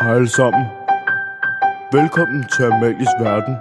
Hej alle sammen. Velkommen til Amalies Verden.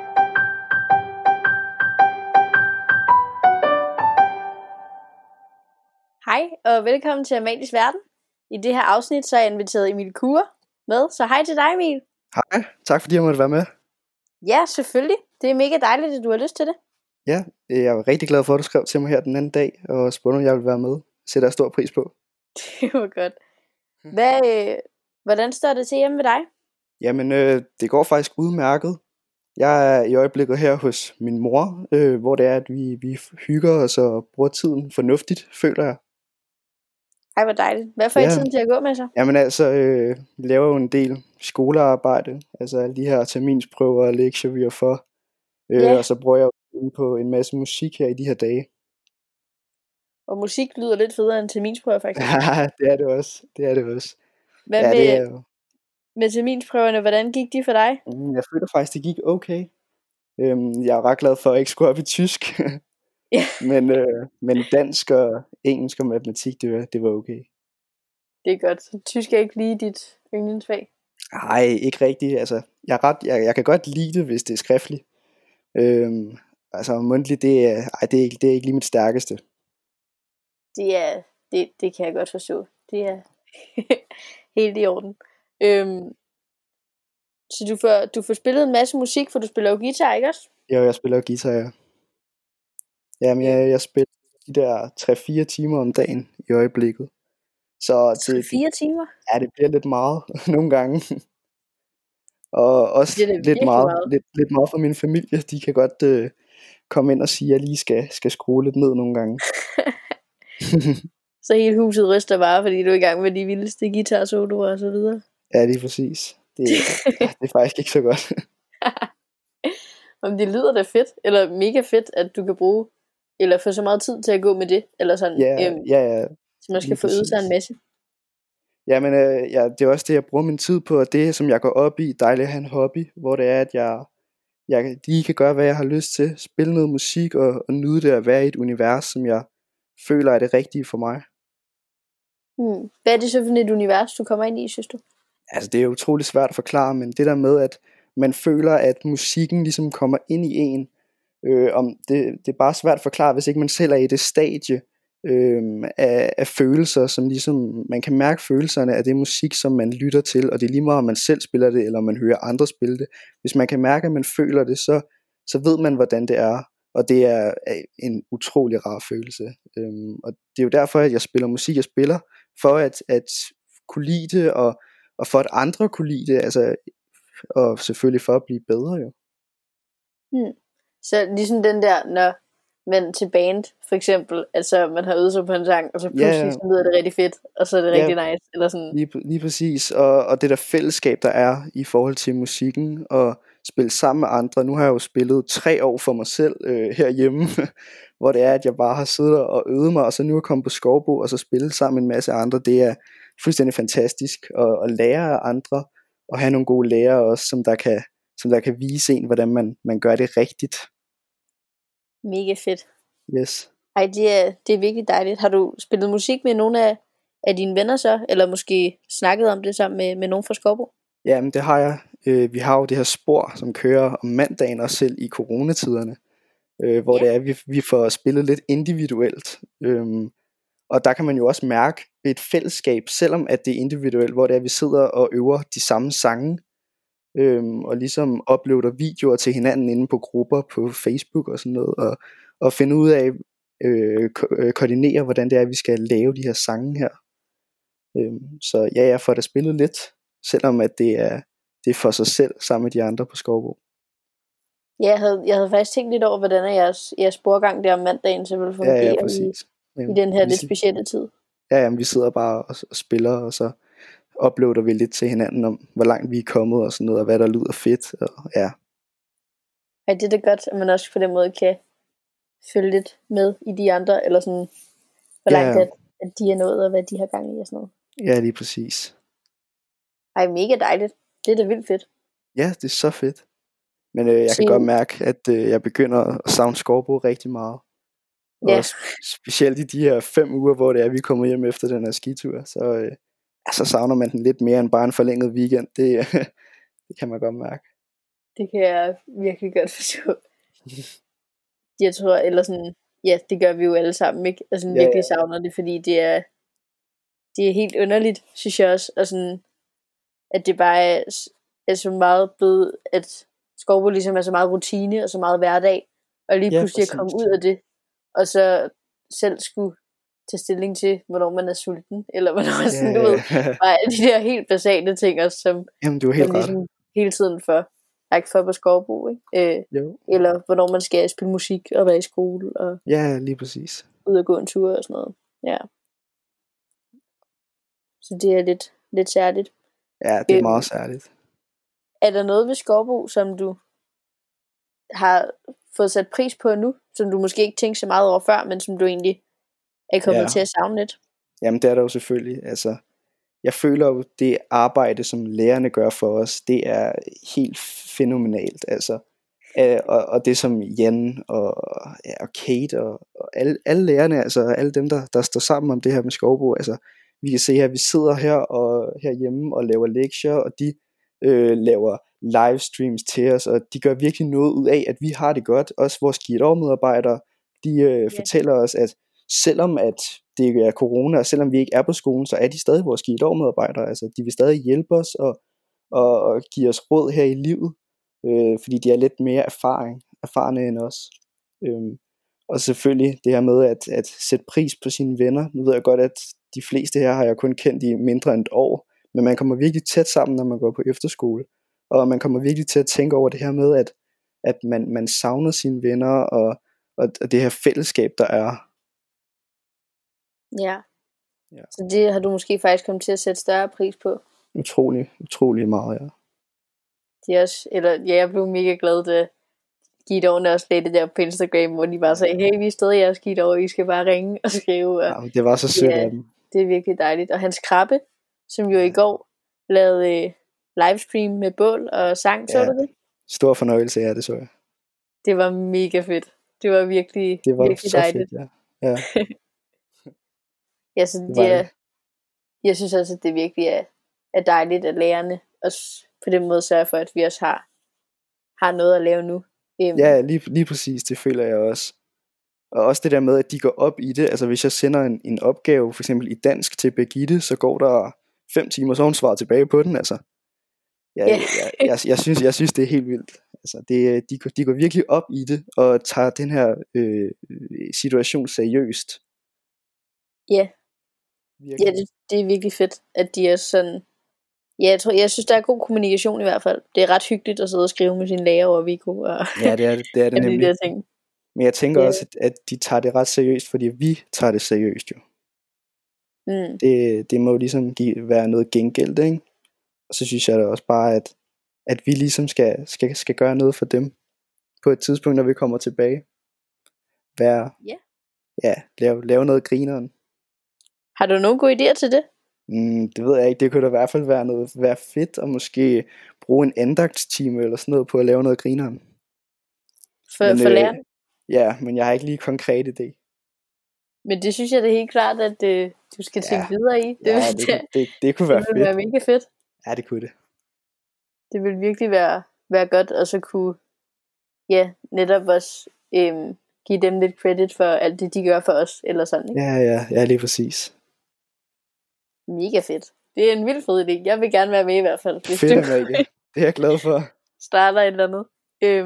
Hej og velkommen til Amalies Verden. I det her afsnit så er jeg inviteret Emil Kure med, så hej til dig Emil. Hej, tak fordi jeg måtte være med. Ja, selvfølgelig. Det er mega dejligt, at du har lyst til det. Ja, jeg var rigtig glad for, at du skrev til mig her den anden dag og spurgte, om jeg ville være med. Sætter jeg stor pris på. Det var godt. Hvordan står det til hjemme ved dig? Jamen, det går faktisk udmærket. Jeg er i øjeblikket her hos min mor, hvor det er, at vi hygger os og bruger tiden fornuftigt, føler jeg. Ej, hvor dejligt. Hvad får I tiden til at gå med så? Jamen altså, vi laver jo en del skolearbejde, altså alle de her terminsprøver og lektier, vi har for. Og så bruger jeg på en masse musik her i de her dage. Og musik lyder lidt federe end terminsprøver faktisk. Ja, det er det også. Hvad med terminsprøverne, hvordan gik de for dig? Jeg føler faktisk, det gik okay. Jeg er ret glad for, at jeg ikke skulle op i tysk. men dansk og engelsk og matematik, det var okay. Det er godt. Så tysk er ikke lige dit yndlingsfag? Nej, ikke rigtigt. Altså, jeg kan godt lide det, hvis det er skriftligt. Altså mundtligt, det er ikke lige mit stærkeste. Det kan jeg godt forstå. Det er helt i orden. Så du får spillet en masse musik, for du spiller jo guitar, ikke også? Jo, jeg spiller jo guitar, ja. Jamen, jeg spiller de der 3-4 timer om dagen i øjeblikket. Så 3-4 timer? Ja, det bliver lidt meget nogle gange. Og også lidt meget for min familie. De kan godt komme ind og sige, at jeg lige skal skrue lidt ned nogle gange. Så hele huset ryster bare, fordi du er i gang med de vildeste guitar-soloer og så videre. Ja, det er præcis. Det er faktisk ikke så godt. Om det lyder da fedt, eller mega fedt, at du kan bruge, eller få så meget tid til at gå med det, eller sådan. Ja. Så man skal få øvet sig en masse. Jamen, det er også det, jeg bruger min tid på, og det, som jeg går op i, dejligt at have en hobby, hvor det er, at jeg lige kan gøre, hvad jeg har lyst til, spille noget musik og nyde det at være i et univers, som jeg føler er det rigtige for mig. Hvad er det så for et univers, du kommer ind i, synes du? Altså, det er utroligt svært at forklare, men det der med, at man føler, at musikken ligesom kommer ind i en, det er bare svært at forklare, hvis ikke man selv er i det stadie af følelser, som ligesom, man kan mærke følelserne af det musik, som man lytter til, og det er lige meget, om man selv spiller det, eller om man hører andre spille det. Hvis man kan mærke, at man føler det, så ved man, hvordan det er, og det er en utrolig rar følelse. Og det er jo derfor, at jeg spiller musik. Jeg spiller for at kunne lide det, og for at andre kunne lide det, altså, og selvfølgelig for at blive bedre jo. Så ligesom den der, når man til band, for eksempel, altså man har øvet sig på en sang, og så pludselig så lyder det rigtig fedt, og så er det rigtig nice, eller sådan. Lige præcis, og det der fællesskab, der er i forhold til musikken, og spille sammen med andre. Nu har jeg jo spillet 3 år for mig selv herhjemme, hvor det er, at jeg bare har siddet og øvet mig, og så nu er jeg kommet på Skovbo, og så spille sammen med en masse andre. Det er fuldstændig fantastisk at lære af andre, og have nogle gode lærere også, som der kan vise en, hvordan man gør det rigtigt. Mega fedt. Yes. Ej, det er virkelig dejligt. Har du spillet musik med nogle af dine venner så? Eller måske snakket om det sammen med nogen fra Skovbo? Jamen det har jeg. Vi har jo det her spor, som kører om mandagen også selv i coronatiderne. Hvor det er, vi får spillet lidt individuelt. Og der kan man jo også mærke et fællesskab, selvom at det er individuelt, hvor det er, vi sidder og øver de samme sange. Og ligesom uploader videoer til hinanden inde på grupper på Facebook og sådan noget, og finde ud af, koordinere, hvordan det er, vi skal lave de her sange her. Så ja, jeg får da spillet lidt, selvom at det er for sig selv, sammen med de andre på Skovbo. Ja, jeg havde faktisk tænkt lidt over, hvordan jeres sporgang der om mandagen så ville fungere i den her lidt specielle tid. Ja, vi sidder bare og spiller, og så uploader vi lidt til hinanden om, hvor langt vi er kommet og sådan noget, og hvad der lyder fedt. Og, ja. Ej, det er det godt, at man også på den måde kan følge lidt med i de andre, eller sådan, hvor langt at de er nået, og hvad de har gang i og sådan noget. Ja, lige præcis. Ej, mega dejligt. Det er da vildt fedt. Ja, det er så fedt. Men jeg kan godt mærke, at jeg begynder at savne Skovbo rigtig meget. Og specielt i de her 5 uger, hvor det er, vi kommer hjem efter den her skitur, så så savner man den lidt mere end bare en forlænget weekend. Det kan man godt mærke. Det kan jeg virkelig godt forstå. Jeg tror, eller sådan, ja, det gør vi jo alle sammen, ikke? Og sådan virkelig savner det, fordi det er helt underligt, synes jeg også, og sådan, at det bare er så meget blevet, at skovbo ligesom er så meget rutine, og så meget hverdag, og lige pludselig at komme ud af det, og så selv skulle tage stilling til, hvornår man er sulten, eller hvornår sådan, du ved, bare de der helt basale ting også, som jamen, du er helt ligesom hele tiden ikke for på skovbo, ikke? Eller hvornår man skal spille musik og være i skole, og ja, lige præcis. Ud og gå en tur og sådan noget, ja. Så det er lidt særligt. Ja, det er meget særligt. Er der noget ved skovbo, som du har fået sat pris på nu, som du måske ikke tænkte så meget over før, men som du egentlig er kommet til at savne lidt? Jamen det er der jo selvfølgelig. Altså, jeg føler jo, det arbejde, som lærerne gør for os, det er helt fænomenalt. Altså, og det som Jan og Kate og alle lærerne, altså alle dem, der står sammen om det her med skovbo, altså vi kan se her, vi sidder her og herhjemme og laver lektier, og de laver livestreams til os, og de gør virkelig noget ud af, at vi har det godt. Også vores Gideon-medarbejdere, de fortæller os, at selvom at det er corona, og selvom vi ikke er på skolen, så er de stadig vores Gideon-medarbejdere. Altså, de vil stadig hjælpe os og give os råd her i livet, fordi de er lidt mere erfarne end os. Og selvfølgelig det her med at sætte pris på sine venner. Nu ved jeg godt, at de fleste her har jeg kun kendt i mindre end et år, men man kommer virkelig tæt sammen, når man går på efterskole, og man kommer virkelig til at tænke over det her med, at man savner sine venner, og det her fællesskab, der er. Ja. Så det har du måske faktisk kommet til at sætte større pris på? Utrolig meget, ja. Det er også, jeg blev mega glad, da Gideon også lagde det der på Instagram, hvor de bare sagde, hey, vi er stadig jeres Gideon, I skal bare ringe og skrive. Og det var så sødt af dem. Det er virkelig dejligt. Og Hans Krabbe, som jo i går lavede livestream med bål og sang, så du det? Stor fornøjelse, ja, det så jeg. Det var mega fedt. Det var virkelig så dejligt. Fedt, ja. Ja, så jeg synes også, at det virkelig er dejligt, at lærerne også på den måde sørger for, at vi også har noget at lave nu. Ja, lige præcis, det føler jeg også. Og også det der med, at de går op i det. Altså hvis jeg sender en opgave, for eksempel i dansk til Birgitte, så går der 5 timer, så hun svarer tilbage på den. Altså, jeg synes det er helt vildt. Altså, de går virkelig op i det, og tager den her situation seriøst. Ja, det er virkelig fedt, at de er sådan. Ja, jeg synes, der er god kommunikation i hvert fald. Det er ret hyggeligt at sidde og skrive med sine lærer over Vico. Og ja, det er det nemlig. De ting. Men jeg tænker også, at de tager det ret seriøst, fordi vi tager det seriøst jo. Det må jo ligesom være noget gengæld, ikke? Og så synes jeg da også bare, at vi ligesom skal gøre noget for dem på et tidspunkt, når vi kommer tilbage. Lave noget grineren. Har du nogle gode idéer til det? Det ved jeg ikke. Det kunne da i hvert fald være fedt at måske bruge en andagtstime eller sådan noget på at lave noget grineren. For læreren? Ja, men jeg har ikke lige konkret idé. Men det synes jeg det er helt klart, at du skal tænke videre i. Det kunne være fedt. Det ville være mega fedt. Ja, det kunne det. Det ville virkelig være godt, og så kunne netop også give dem lidt credit for alt det, de gør for os, eller sådan, ikke? Ja, lige præcis. Mega fedt. Det er en vild fed idé. Jeg vil gerne være med i hvert fald. Fedt, Amalie. Det er jeg glad for. Starter et eller andet.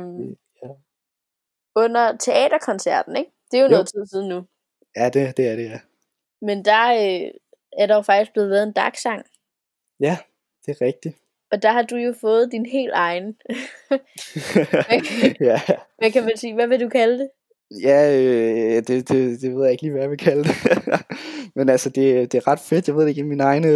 Under teaterkoncerten, ikke? Det er jo noget tid siden nu. Ja, det er det, ja. Men der er der jo faktisk blevet lavet en dagsang. Ja, det er rigtigt. Og der har du jo fået din helt egen. Hvad kan man sige? Hvad vil du kalde det? Ja, det ved jeg ikke lige, hvad jeg vil kalde det. Men altså, det er ret fedt. Jeg ved ikke, mine egne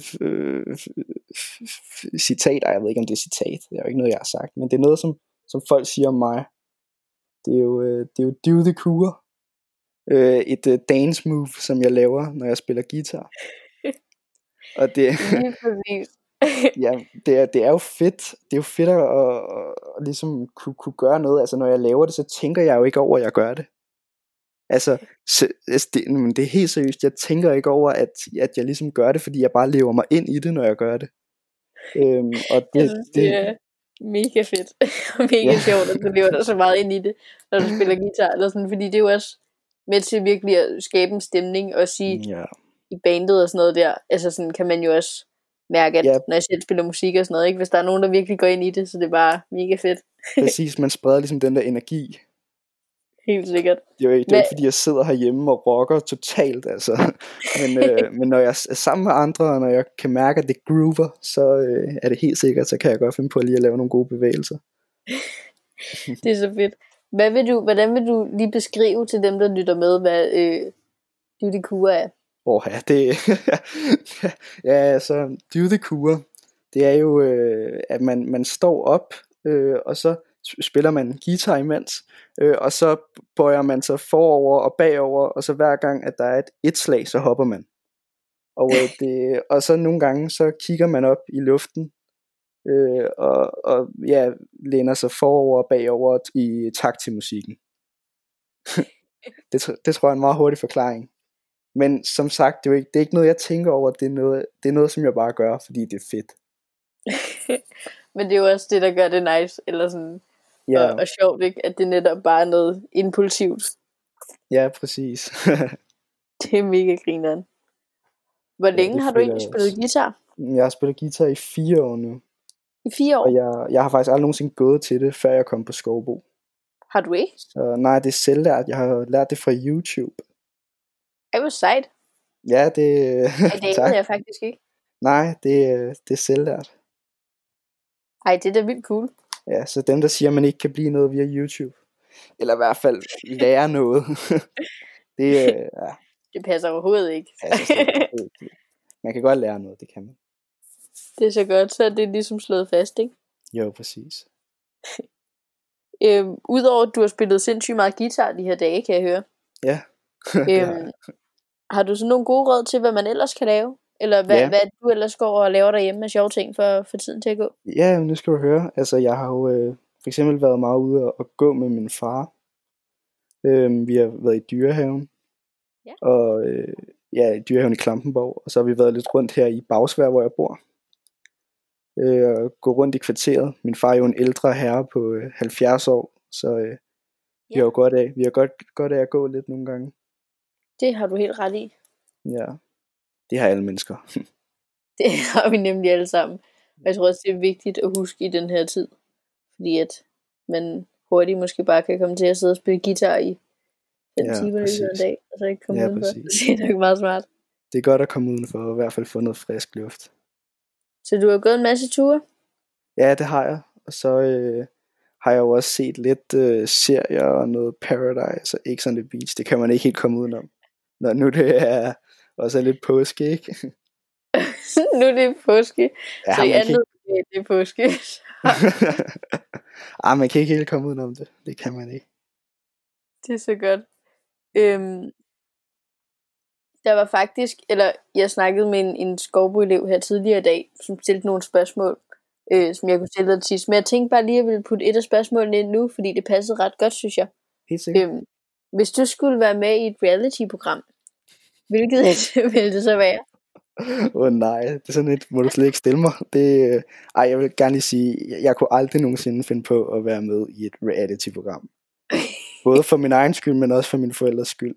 citat. Jeg ved ikke, om det er citat. Det er jo ikke noget, jeg har sagt. Men det er noget, som folk siger om mig. Det er jo Do the Cure. Et dance move, som jeg laver, når jeg spiller guitar. Og det ja, det er jo fedt. Det er jo fedt at ligesom kunne gøre noget. Altså når jeg laver det, så tænker jeg jo ikke over, at jeg gør det. Altså, men det er helt seriøst. Jeg tænker ikke over, at jeg ligesom gør det, fordi jeg bare lever mig ind i det, når jeg gør det. Og Jeg synes, det er mega fedt. Og mega sjovt, at du lever dig så meget ind i det, når du spiller guitar. Eller sådan, fordi det er jo også med til virkelig at skabe en stemning, og sige i bandet og sådan noget der. Altså sådan kan man jo også mærke, at når jeg selv spiller musik og sådan noget, ikke? Hvis der er nogen, der virkelig går ind i det, så det er bare mega fedt. Præcis, man spreder ligesom den der energi. Helt sikkert. Det er jo ikke fordi jeg sidder herhjemme og rocker totalt, altså. Men når jeg er sammen med andre, og når jeg kan mærke, at det groover, så er det helt sikkert, så kan jeg godt finde på lige at lave nogle gode bevægelser. Det er så fedt. Hvordan vil du lige beskrive til dem, der lytter med, hvad Duty Kure er? Altså Duty Kure, det er jo, at man står op, og så spiller man guitar imens, og så bøjer man sig forover og bagover, og så hver gang at der er et slag, så hopper man. Og så nogle gange så kigger man op i luften, og læner sig forover og bagover i takt til musikken. det tror jeg er en meget hurtig forklaring. Men som sagt, det er ikke noget jeg tænker over, det er noget som jeg bare gør, fordi det er fedt. Men det er jo også det, der gør det nice, eller sådan, og sjovt, ikke? At det netop bare er noget impulsivt. Ja, præcis. Det er mega grineren. Hvor længe har du egentlig spillet guitar? Jeg har spillet guitar i 4 år nu. I 4 år? Og jeg har faktisk aldrig nogensinde gået til det, før jeg kom på Skovbo. Har du ikke? Så, nej, det er selvlært. Jeg har lært det fra YouTube. Ej, hvor sejt. Ja, det det ved jeg faktisk ikke. Nej, det er selvlært. Ej, det er da vildt cool. Ja, så dem der siger, at man ikke kan blive noget via YouTube, eller i hvert fald lære noget, det passer overhovedet ikke. Man kan godt lære noget, det kan man. Det er så godt, så det er ligesom slået fast, ikke? Jo, præcis. Udover at du har spillet sindssygt meget guitar de her dage, kan jeg høre. Ja. Har du så nogle gode råd til, hvad man ellers kan lave? Eller hvad du ellers går og laver derhjemme med sjove ting for tiden til at gå? Ja, nu skal du høre. Altså, jeg har jo for eksempel været meget ude og gå med min far. Vi har været i Dyrehaven. Ja. Og i Dyrehaven i Klampenborg. Og så har vi været lidt rundt her i Bagsværd, hvor jeg bor. Og gå rundt i kvarteret. Min far er jo en ældre herre på 70 år. Så vi har jo godt af at gå lidt nogle gange. Det har du helt ret i. Ja. Det har alle mennesker. Det har vi nemlig alle sammen. Og jeg tror også, det er vigtigt at huske i den her tid. Fordi at man hurtigt måske bare kan komme til at sidde og spille guitar i 5 timer i en dag. Og så ikke komme udenfor. Det er nok meget smart. Det er godt at komme udenfor og i hvert fald få noget frisk luft. Så du har gået en masse ture? Ja, det har jeg. Og så har jeg jo også set lidt serier og noget Paradise og X on the Beach. Det kan man ikke helt komme udenom. Når nu det er også lidt påske, ikke? Nu er det påske. Ja, så i andet det er påske. Man kan ikke helt komme udenom det. Det kan man ikke. Det er så godt. Der var faktisk, eller jeg snakkede med en Skovbo-elev her tidligere i dag, som stillede nogle spørgsmål, som jeg kunne stille dig til sidst. Men jeg tænkte bare lige, at jeg ville putte et af spørgsmålene ind nu, fordi det passede ret godt, synes jeg. Helt sikkert. Hvis du skulle være med i et reality-program, hvilket ville det så være? Nej, det er sådan et, må du slet ikke stille mig. Jeg vil gerne lige sige, jeg kunne aldrig nogensinde finde på at være med i et reality-program. Både for min egen skyld, men også for mine forældres skyld.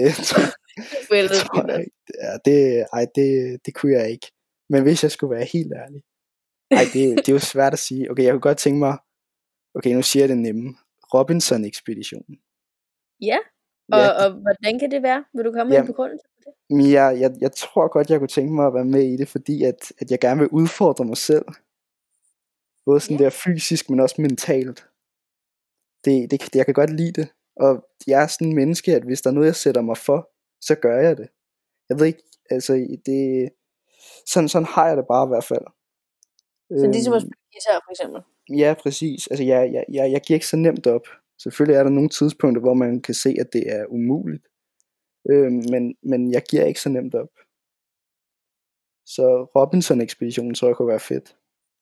Det kunne jeg ikke. Men hvis jeg skulle være helt ærlig. Det er jo svært at sige. Okay, jeg kunne godt tænke mig, okay, nu siger jeg det nemme. Robinson-ekspeditionen. Ja, og hvordan kan det være? Vil du komme med en begrundelse på det? Jeg tror godt, jeg kunne tænke mig at være med i det, fordi at jeg gerne vil udfordre mig selv. Både sådan der fysisk, men også mentalt. Jeg kan godt lide det. Og jeg er sådan en menneske, at hvis der er noget, jeg sætter mig for, så gør jeg det. Jeg ved ikke, altså sådan har jeg det bare i hvert fald. Så det er som at spille guitar for eksempel? Ja, præcis. Altså jeg giver ikke så nemt op. Selvfølgelig er der nogle tidspunkter, hvor man kan se, at det er umuligt. Men jeg giver ikke så nemt op. Så Robinson-ekspeditionen tror jeg kunne være fedt.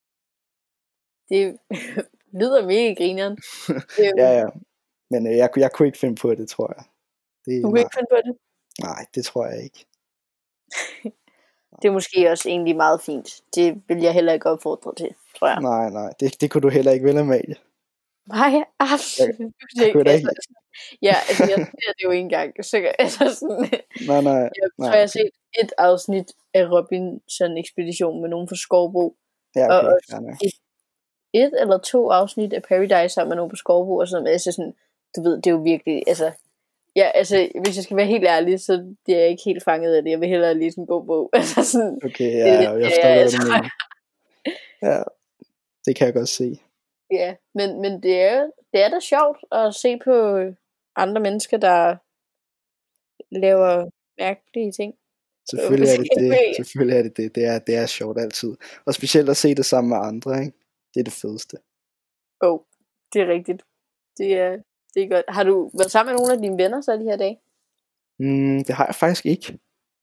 Det lyder mega grineren. Ja. Men jeg kunne ikke finde på det, tror jeg. Du kan ikke finde på det? Nej, det tror jeg ikke. Det er måske også egentlig meget fint. Det vil jeg heller ikke opfordre til, tror jeg. Nej, det kunne du heller ikke, vel, Amalie? Nej, absolut ikke. Ja, altså jeg ser det jo ikke engang. Så, altså sådan, Nej. Jeg tror, jeg har set et afsnit af Robinson-ekspeditionen med nogen fra Skovbo. Ja, okay, og et eller 2 afsnit af Paradise sammen med nogen på Skovbo. Og sådan, altså sådan, du ved, det er jo virkelig, altså... Ja, altså, hvis jeg skal være helt ærlig, så det er jeg ikke helt fanget af det. Jeg vil hellere læse en god bog. Altså sådan, okay, ja, jeg forstår, hvad du mener. Ja, det kan jeg godt se. Ja, men det er da sjovt at se på andre mennesker, der laver mærkelige ting. Selvfølgelig er det det. Det er sjovt altid. Og specielt at se det sammen med andre, ikke? Det er det fedeste. Det er rigtigt. Det er godt. Har du været sammen med nogle af dine venner så de her dage? Det har jeg faktisk ikke.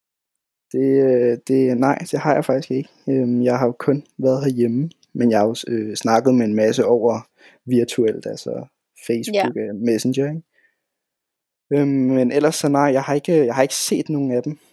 Nej, det har jeg faktisk ikke. Jeg har jo kun været herhjemme, men jeg har jo snakket med en masse over virtuelt, altså Facebook, Messenger, ikke? Men ellers så nej, jeg har ikke set nogen af dem.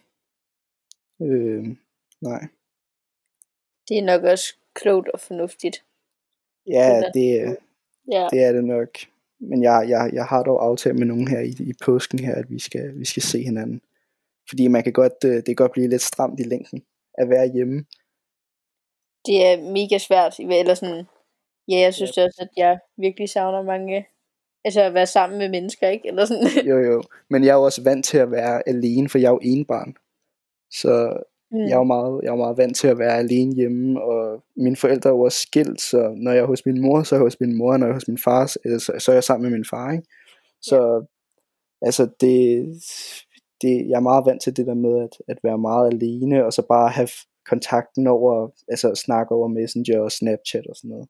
Nej. Det er nok også klogt og fornuftigt. Ja, det er det nok. Men jeg har dog aftalt med nogen her i påsken her, at vi skal se hinanden. Fordi man kan godt, det kan godt blive lidt stramt i længden at være hjemme. Det er mega svært, eller sådan, ja, jeg synes også, at jeg virkelig savner mange, altså at være sammen med mennesker, ikke? Eller sådan. Jo, men jeg er jo også vant til at være alene, for jeg er jo enebarn. Så jeg er jo meget vant til at være alene hjemme, og mine forældre er jo også skilt, så når jeg er hos min mor, så er jeg hos min mor, og når jeg er hos min far, så er jeg sammen med min far, ikke? Så altså jeg er meget vant til det der med at være meget alene, og så bare have kontakten over, altså snakke over Messenger og Snapchat og sådan noget.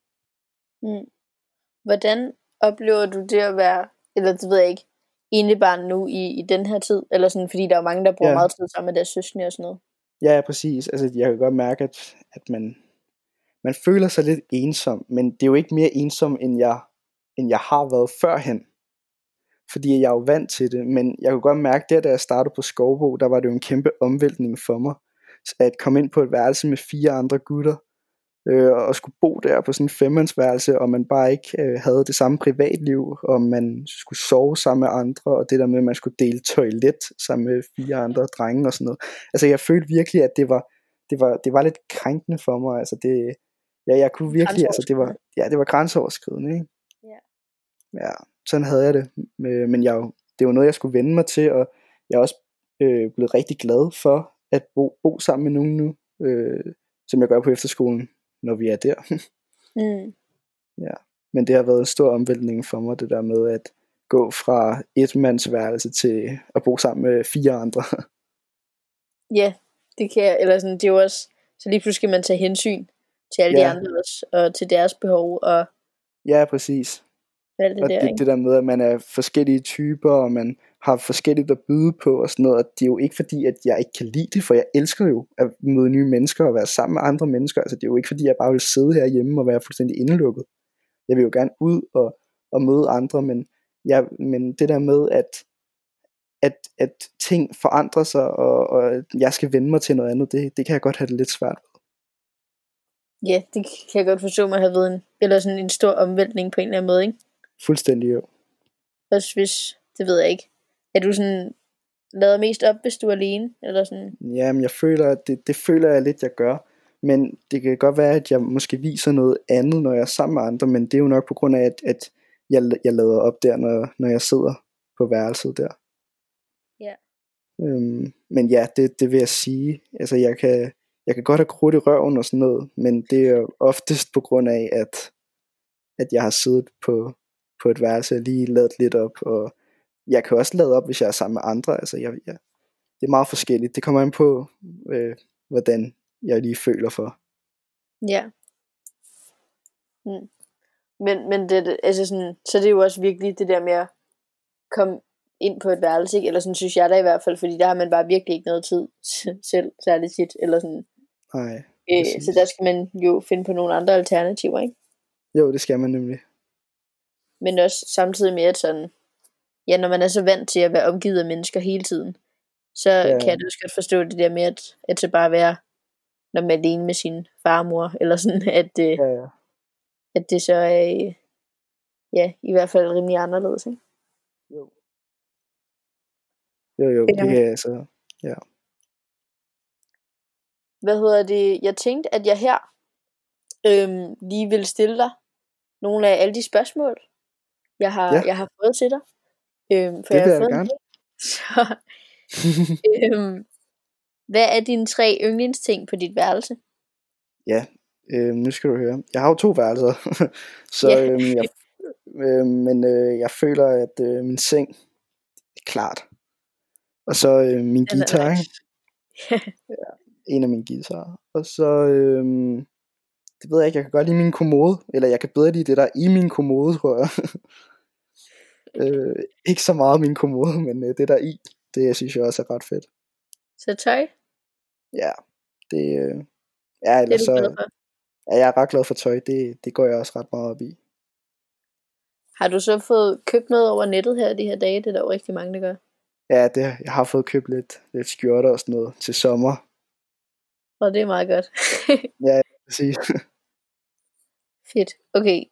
Hvordan oplever du det at være, eller det ved jeg ikke, enebarn nu i den her tid, eller sådan, fordi der er mange, der bruger meget tid sammen med deres søskende og sådan noget? Ja, præcis. Altså jeg kan godt mærke, at man føler sig lidt ensom, men det er jo ikke mere ensom, end jeg har været førhen. Fordi jeg er jo vant til det, men jeg kunne godt mærke, da jeg startede på Skovbo, der var det jo en kæmpe omvæltning for mig, at komme ind på et værelse med 4 andre gutter, og skulle bo der på sådan en 5-mandsværelse, og man bare ikke havde det samme privatliv, og man skulle sove sammen med andre, og det der med, at man skulle dele toilet sammen med 4 andre drenge og sådan noget. Altså jeg følte virkelig, at det var lidt krænkende for mig. Altså jeg kunne virkelig, altså det var grænseoverskridende, ikke? Ja, sådan havde jeg det. Men det var noget, jeg skulle vende mig til, og jeg er også blevet rigtig glad for at bo sammen med nogen nu, som jeg gør på efterskolen, når vi er der. Ja, men det har været en stor omvæltning for mig, det der med at gå fra etmandsværelse til at bo sammen med 4 andre. Ja, det kan jeg, eller sådan, det er jo også, så lige pludselig skal man tage hensyn til alle de andre også, og til deres behov, og ja, præcis. Det der med, at man er forskellige typer, og man har forskelligt at byde på og sådan noget, og det er jo ikke fordi, at jeg ikke kan lide det, for jeg elsker jo at møde nye mennesker og være sammen med andre mennesker. Altså det er jo ikke fordi, jeg bare vil sidde herhjemme og være fuldstændig indelukket. Jeg vil jo gerne ud og møde andre, men det der med, at ting forandrer sig, og jeg skal vende mig til noget andet, det kan jeg godt have det lidt svært. Ja, det kan jeg godt forstå, man har været eller sådan en stor omvæltning på en eller anden måde, ikke? Fuldstændig jo. Også hvis, det ved jeg ikke, er du sådan lader mest op, hvis du er alene, eller sådan? Jamen jeg føler, at det føler jeg lidt, jeg gør, men det kan godt være, at jeg måske viser noget andet, når jeg er sammen med andre, men det er jo nok på grund af, at jeg lader op der, når jeg sidder på værelset der. Ja. Men ja, det vil jeg sige, altså jeg kan godt have krudt i røven og sådan noget, men det er oftest på grund af, at jeg har siddet på et værelse og lige ladet lidt op, og jeg kan også lade op, hvis jeg er sammen med andre. Altså det er meget forskelligt. Det kommer an på, hvordan jeg lige føler for. Ja. Men det, altså sådan, så det er jo også virkelig det der med at komme ind på et værelse, ikke? Eller sådan synes jeg da i hvert fald, fordi der har man bare virkelig ikke noget tid selv, særligt tit, eller sådan. Nej. Så der skal man jo finde på nogle andre alternativer, ikke? Jo, det skal man nemlig. Men også samtidig med, at sådan, ja, når man er så vant til at være omgivet af mennesker hele tiden, så kan jeg også godt forstå det der med, at så bare være, når man er alene med sin farmor, eller sådan, at det så er, i hvert fald rimelig anderledes, ikke? Jo, det er altså, ja. Hvad hedder det? Jeg tænkte, at jeg her lige vil stille dig nogle af alle de spørgsmål, jeg har fået til dig. For det vil jeg jeg gerne. Så, hvad er dine 3 yndlingsting på dit værelse? Ja, nu skal du høre. Jeg har jo 2 værelser, så jeg føler, at min seng er klart. Og så min guitar, nice. En af mine guitarer. Og så, det ved jeg ikke, jeg kan godt lide min kommode, eller jeg kan bedre lide det der i min kommode, tror jeg. Ikke så meget min kommode, men det der i, det synes jeg også er ret fedt. Så tøj? Ja, det ellers det er du glad for? Ja, jeg er ret glad for tøj, det går jeg også ret meget op i. Har du så fået købt noget over nettet her de her dage? Det er der jo rigtig mange, der gør. Ja, jeg har fået købt lidt skjorter og sådan noget til sommer. Og det er meget godt. Ja, præcis. Fedt. Okay.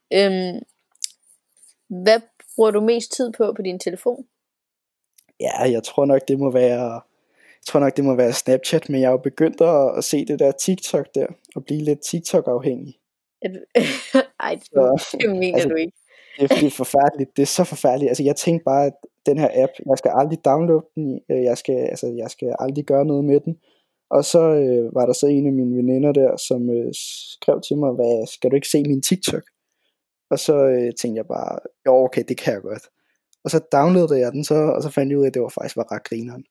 Hvad bruger du mest tid på din telefon? Ja, jeg tror nok det må være Snapchat, men jeg er jo begyndt at se det der TikTok der, og blive lidt TikTok-afhængig. Ej, det mener altså, du ikke. Det er forfærdeligt, det er så forfærdeligt. Altså jeg tænkte bare, at den her app, jeg skal aldrig downloade den, jeg skal aldrig gøre noget med den. Og så var der så en af mine veninder der, som skrev til mig, skal du ikke se min TikTok? Og så tænkte jeg bare, jo okay, det kan jeg godt. Og så downloadede jeg den så, og så fandt jeg ud af, at det faktisk var ret grineren.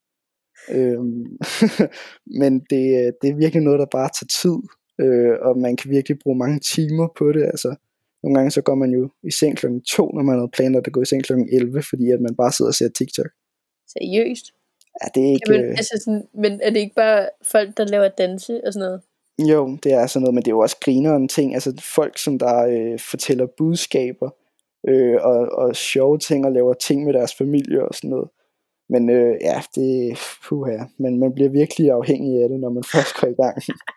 Men det er virkelig noget, der bare tager tid, og man kan virkelig bruge mange timer på det. Altså nogle gange så går man jo i seng klokken 2, når man havde planer at gå i seng klokken 11, fordi at man bare sidder og ser TikTok. Seriøst? Ja, det er ikke... men er det ikke bare folk, der laver danse og sådan noget? Jo, det er sådan noget, men det er jo også grineren ting. Altså folk, som der fortæller budskaber, og sjove ting, og laver ting med deres familie og sådan noget. Men det men man bliver virkelig afhængig af det, når man først går i gang.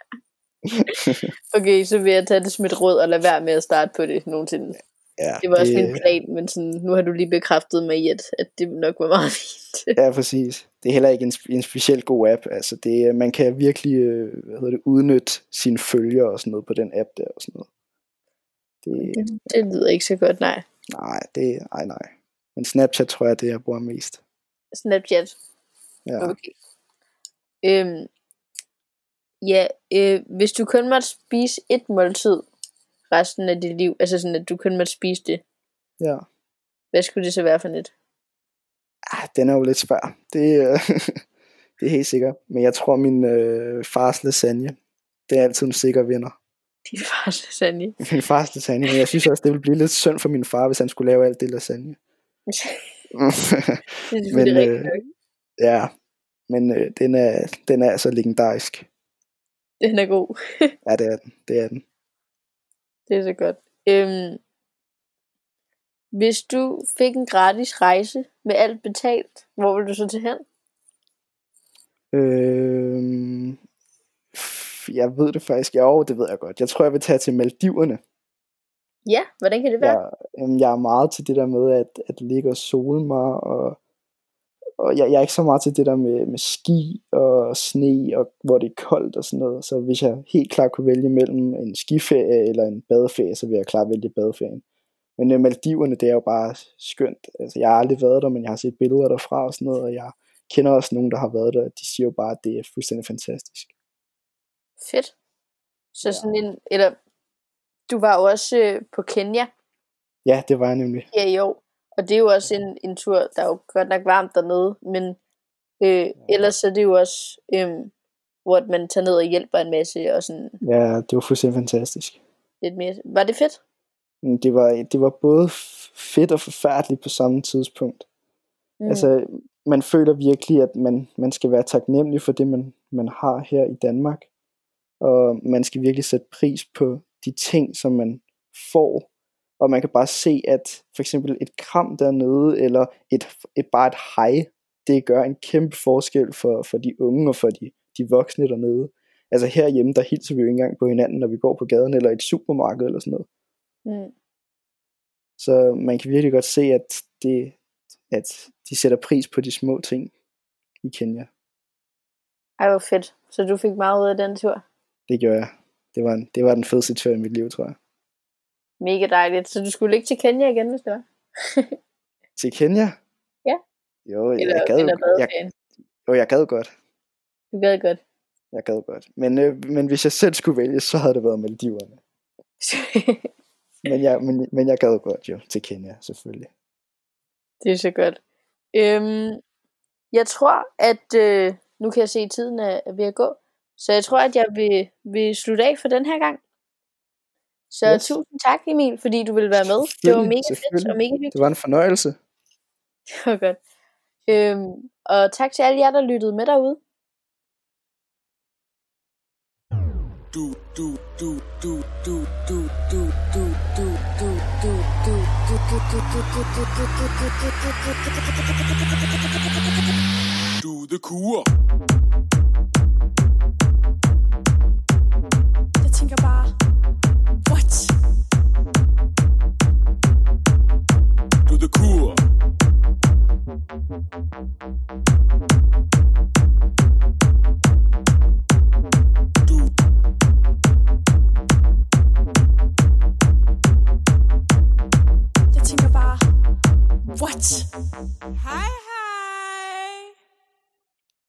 Okay, så vil jeg tage det som et råd og lade være med at starte på det nogensinde. Ja, det var også min plan, men sådan, nu har du lige bekræftet mig i, at det nok var meget fint. Ja, præcis. Det er heller ikke en specielt god app. Altså man kan virkelig udnytte sine følgere og sådan noget på den app der og sådan noget. Det lyder ikke så godt, nej. Nej. Men Snapchat tror jeg, det jeg bruger mest. Snapchat? Ja. Okay. Hvis du kun måtte spise et måltid resten af dit liv, altså sådan at du kun måtte spise det, hvad skulle det så være for net? Den er jo lidt svær. Det er helt sikkert. Men jeg tror min fars lasagne, det er altid en sikker vinder. Din fars lasagne? Min fars lasagne, men jeg synes også, det ville blive lidt synd for min far, hvis han skulle lave alt det lasagne. Det er selvfølgelig rigtigt nok. Ja, men den er altså legendarisk. Den er god. Ja, det er den. Det er så godt. Hvis du fik en gratis rejse med alt betalt, hvor vil du så til hen? Jeg ved det faktisk. Jo, det ved jeg godt. Jeg tror, jeg vil tage til Maldiverne. Ja, hvordan kan det være? Jeg er meget til det der med at ligge og sole mig, og jeg er ikke så meget til det der med ski og sne, og hvor det er koldt og sådan noget. Så hvis jeg helt klart kunne vælge mellem en skiferie eller en badeferie, så vil jeg klart vælge badeferien. Men Maldiverne, det er jo bare skønt. Altså, jeg har aldrig været der, men jeg har set billeder derfra og sådan noget, og jeg kender også nogen, der har været der. De siger jo bare, at det er fuldstændig fantastisk. Fedt. Så sådan du var jo også på Kenya. Ja, det var jeg nemlig. Ja, jo. Og det er jo også en tur, der er jo godt nok varmt dernede, men ellers er det jo også, hvor man tager ned og hjælper en masse og sådan. Ja, det var fuldstændig fantastisk. Lidt mere. Var det fedt? Det var både fedt og forfærdeligt på samme tidspunkt. Altså, man føler virkelig, at man skal være taknemmelig for det, man har her i Danmark. Og man skal virkelig sætte pris på de ting, som man får. og man kan bare se, at for eksempel et kram dernede, eller bare et hej, det gør en kæmpe forskel for de unge og for de voksne dernede. Altså herhjemme, der hilser vi jo ikke engang på hinanden, når vi går på gaden, eller i et supermarked, eller sådan noget. Mm. Så man kan virkelig godt se, at de sætter pris på de små ting i Kenya. Ej, hvor fedt. Så du fik meget ud af den tur? Det gjorde jeg. Det var den fedeste tur i mit liv, tror jeg. Mega dejligt. Så du skulle ikke til Kenya igen, hvis det var? Til Kenya? Ja. Jo, jeg gad godt. Du gad godt? Jeg gad godt. Men hvis jeg selv skulle vælge, så havde det været Maldiverne. men jeg gad godt jo til Kenya, selvfølgelig. Det er så godt. Jeg tror, at nu kan jeg se, at tiden er ved at gå. Så jeg tror, at jeg vil slutte af for den her gang. Så yes. Tusind tak, Emil, fordi du ville være med. Det var mega fedt og mega hyggeligt. Det var en fornøjelse. Det var godt. Og tak til alle jer, der lyttede med derude. Du the cool.